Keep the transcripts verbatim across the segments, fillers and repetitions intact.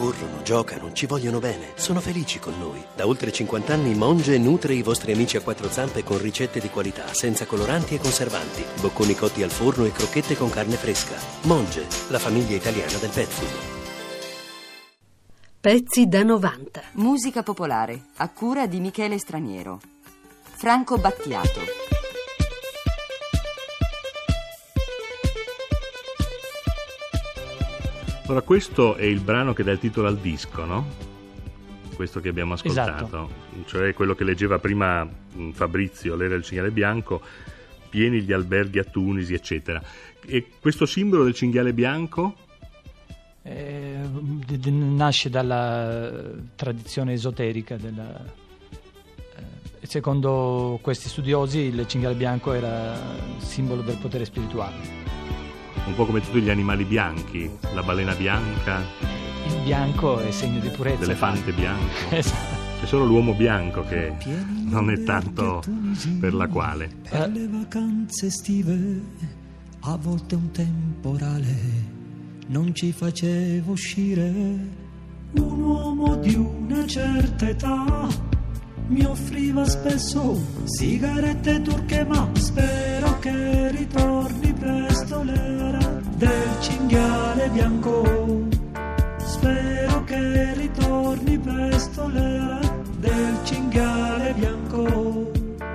corrono, giocano, ci vogliono bene, sono felici con noi. Da oltre cinquanta anni Monge nutre i vostri amici a quattro zampe con ricette di qualità, senza coloranti e conservanti, bocconi cotti al forno e crocchette con carne fresca. Monge, la famiglia italiana del pet food. Pezzi da novanta. Musica popolare, a cura di Michele Straniero. Franco Battiato. Ora, questo è il brano che dà il titolo al disco, no? Questo che abbiamo ascoltato. Esatto. Cioè quello che leggeva prima Fabrizio, l'era del cinghiale bianco, pieni gli alberghi a Tunisi, eccetera. E questo simbolo del cinghiale bianco? Eh, d- d- nasce dalla tradizione esoterica della, eh, secondo questi studiosi il cinghiale bianco era simbolo del potere spirituale, Un po' come tutti gli animali bianchi, la balena bianca, il bianco è segno di purezza, l'elefante bianco. esatto. C'è solo l'uomo bianco che non è tanto per la quale. Per le vacanze estive, a volte un temporale non ci faceva uscire. Un uomo di una certa età mi offriva spesso sigarette turche, ma spero che ritorni presto l'era del cinghiale bianco. Spero che ritorni presto l'era del cinghiale bianco.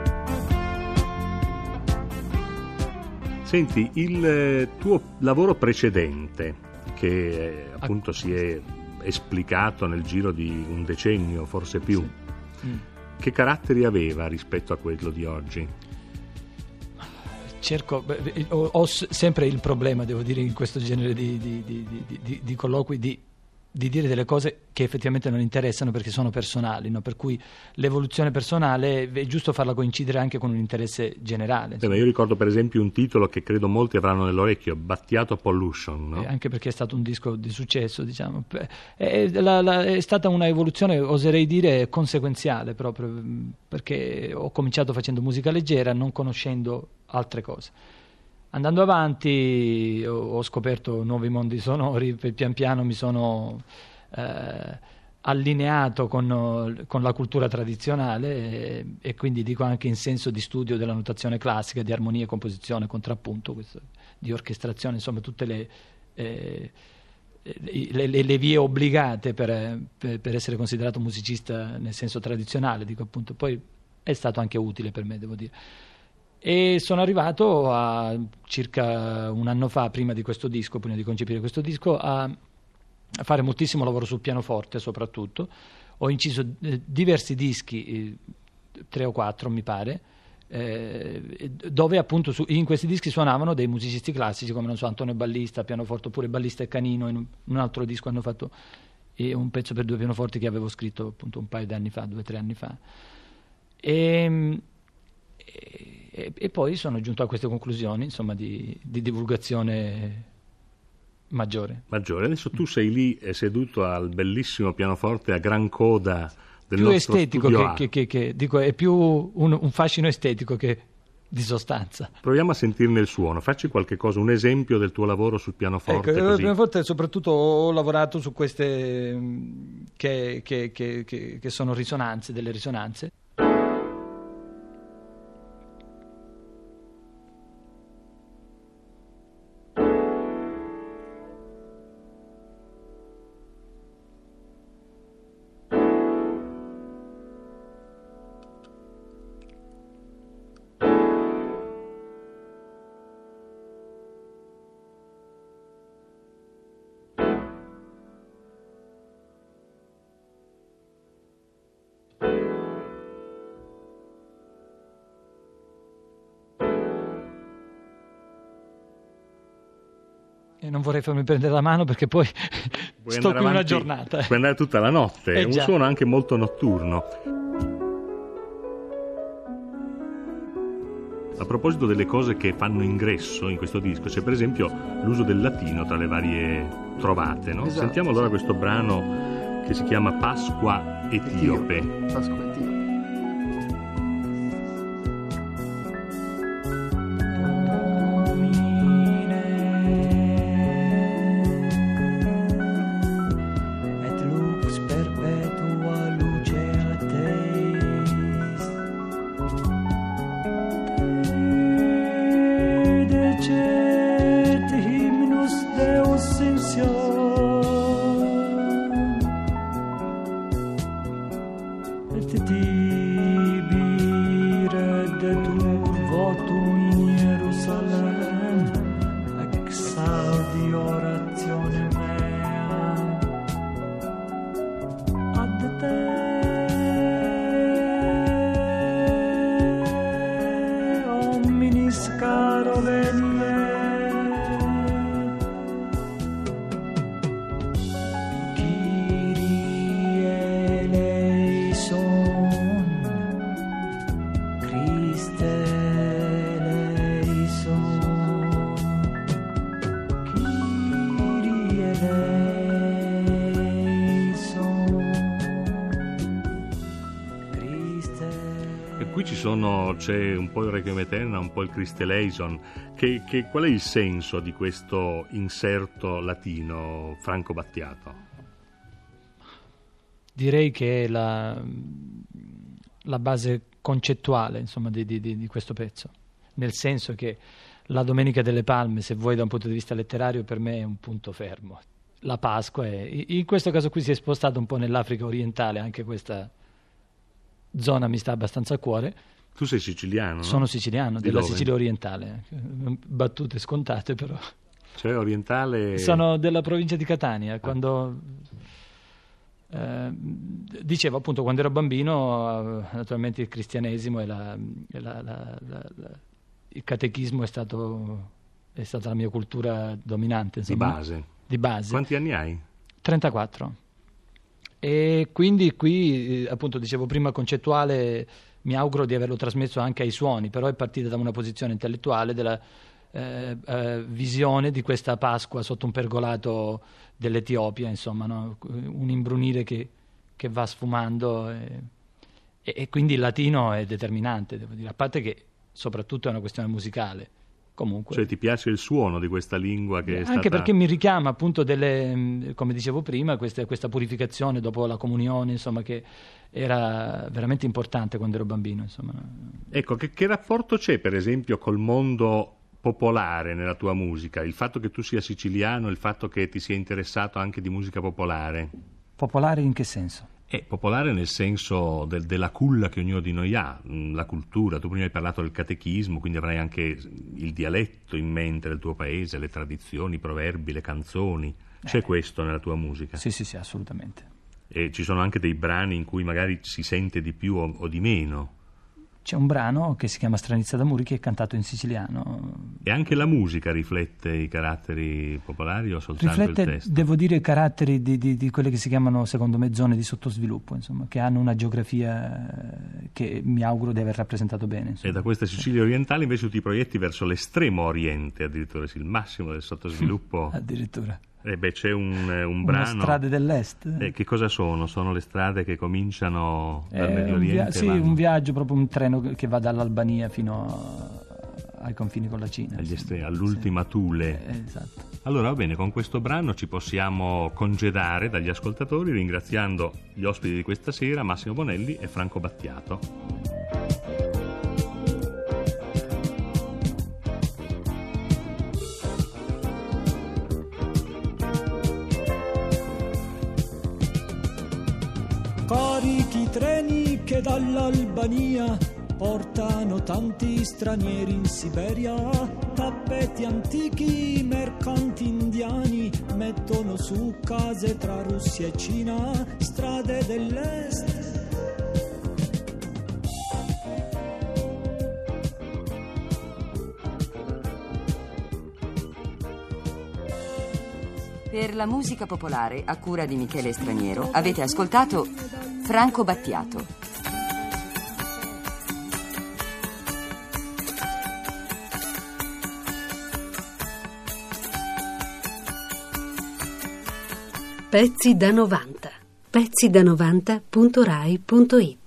Senti, il tuo lavoro precedente, che appunto si è esplicato nel giro di un decennio, forse più, Sì. Mm. che caratteri aveva rispetto a quello di oggi? Cerco, beh, ho, ho s- sempre il problema, devo dire, in questo genere di, di, di, di, di, di colloqui, di, di dire delle cose che effettivamente non interessano perché sono personali, no? Per cui l'evoluzione personale è giusto farla coincidere anche con un interesse generale. Beh, ma io ricordo per esempio un titolo che credo molti avranno nell'orecchio, Battiato Pollution, no? Eh, anche perché è stato un disco di successo, diciamo. È, la, la, è stata una evoluzione, oserei dire, conseguenziale, proprio perché ho cominciato facendo musica leggera, non conoscendo altre cose. Andando avanti ho, ho scoperto nuovi mondi sonori, pian piano mi sono eh, allineato con, con la cultura tradizionale e, e quindi dico anche in senso di studio della notazione classica, di armonia, composizione, contrappunto, questo, di orchestrazione, insomma tutte le, eh, le, le, le vie obbligate per, per, per essere considerato musicista nel senso tradizionale, dico appunto. Poi è stato anche utile per me, devo dire. E sono arrivato a circa un anno fa, prima di questo disco, prima di concepire questo disco, a, a fare moltissimo lavoro sul pianoforte soprattutto. Ho inciso eh, diversi dischi, eh, tre o quattro mi pare, eh, dove appunto su, in questi dischi suonavano dei musicisti classici come, non so, Antonio Ballista, pianoforte, oppure Ballista e Canino. In un, in un altro disco hanno fatto eh, un pezzo per due pianoforti che avevo scritto appunto un paio di anni fa, due o tre anni fa. E... E, e poi sono giunto a queste conclusioni, insomma, di, di divulgazione maggiore. Maggiore. Adesso tu sei lì seduto al bellissimo pianoforte a gran coda del più nostro estetico studio che, A. che, che, che dico, è più un, un fascino estetico che di sostanza. Proviamo a sentirne il suono. Facci qualche cosa, un esempio del tuo lavoro sul pianoforte. Ecco, così. il pianoforte soprattutto ho lavorato su queste mh, che, che, che, che, che sono risonanze, delle risonanze. E non vorrei farmi prendere la mano perché poi Puoi sto qui andare una avanti, giornata. Puoi andare tutta la notte, Eh è un già. suono anche molto notturno. A proposito delle cose che fanno ingresso in questo disco, c'è per esempio l'uso del latino tra le varie trovate, no? Esatto, Sentiamo allora sì. questo brano che si chiama Pasqua Etiope. Pasqua Etiope. Et ci sono, c'è un po' il Requiem Aeterna, un po' il Christe Eleison. Che, che, qual è il senso di questo inserto latino, Franco Battiato? Direi che è la, la base concettuale, insomma, di, di, di questo pezzo, nel senso che la Domenica delle Palme, se vuoi da un punto di vista letterario, per me è un punto fermo. La Pasqua è, in questo caso qui si è spostato un po' nell'Africa orientale, anche questa zona mi sta abbastanza a cuore. Tu sei siciliano, no? Sono siciliano, Di della dove? Sicilia orientale. Battute scontate, però. Cioè orientale... Sono della provincia di Catania. Ah. Quando eh, dicevo appunto, quando ero bambino, eh, naturalmente il cristianesimo e la, la, la, la, la, il catechismo è stato è stata la mia cultura dominante, insomma. Di base. Di base. Quanti anni hai? trentaquattro. E quindi qui, eh, appunto, dicevo prima concettuale, mi auguro di averlo trasmesso anche ai suoni, però è partita da una posizione intellettuale della eh, eh, visione di questa Pasqua sotto un pergolato dell'Etiopia, insomma, no? Un imbrunire che, che va sfumando e, e, e quindi il latino è determinante, devo dire, a parte che soprattutto è una questione musicale. Comunque. Cioè ti piace il suono di questa lingua che è anche stata... perché mi richiama appunto delle, come dicevo prima, queste, questa purificazione dopo la comunione, insomma, che era veramente importante quando ero bambino, insomma. Ecco, che, che rapporto c'è per esempio col mondo popolare nella tua musica? Il fatto che tu sia siciliano, il fatto che ti sia interessato anche di musica popolare? Popolare in che senso? È popolare nel senso del, della culla che ognuno di noi ha, la cultura. Tu prima hai parlato del catechismo, quindi avrai anche il dialetto in mente del tuo paese, le tradizioni, i proverbi, le canzoni. C'è eh. questo nella tua musica? Sì, sì, sì, assolutamente. E ci sono anche dei brani in cui magari si sente di più o, o di meno? C'è un brano che si chiama Stranizza d'Amuri che è cantato in siciliano. E anche la musica riflette i caratteri popolari o soltanto riflette, il testo? Devo dire, i caratteri di, di, di quelle che si chiamano, secondo me, zone di sottosviluppo, insomma, che hanno una geografia che mi auguro di aver rappresentato bene. Insomma. E da questa Sicilia orientale invece tu ti proietti verso l'estremo oriente, addirittura, sì, il massimo del sottosviluppo. Addirittura. Eh beh, c'è un, un brano... Una strade dell'est. Eh, che cosa sono? Sono le strade che cominciano dal Medio un via- Oriente? Sì, vanno... un viaggio, proprio un treno che va dall'Albania fino a... ai confini con la Cina. Agli estremi, all'ultima sì. Thule. Eh, esatto. Allora va bene, con questo brano ci possiamo congedare dagli ascoltatori ringraziando gli ospiti di questa sera, Massimo Bonelli e Franco Battiato. Carichi treni che dall'Albania portano tanti stranieri in Siberia, tappeti antichi, mercanti indiani mettono su case tra Russia e Cina, strade dell'est. Per la musica popolare, a cura di Michele Straniero, avete ascoltato Franco Battiato. Pezzi da novanta. pezzi da novanta punto rai punto it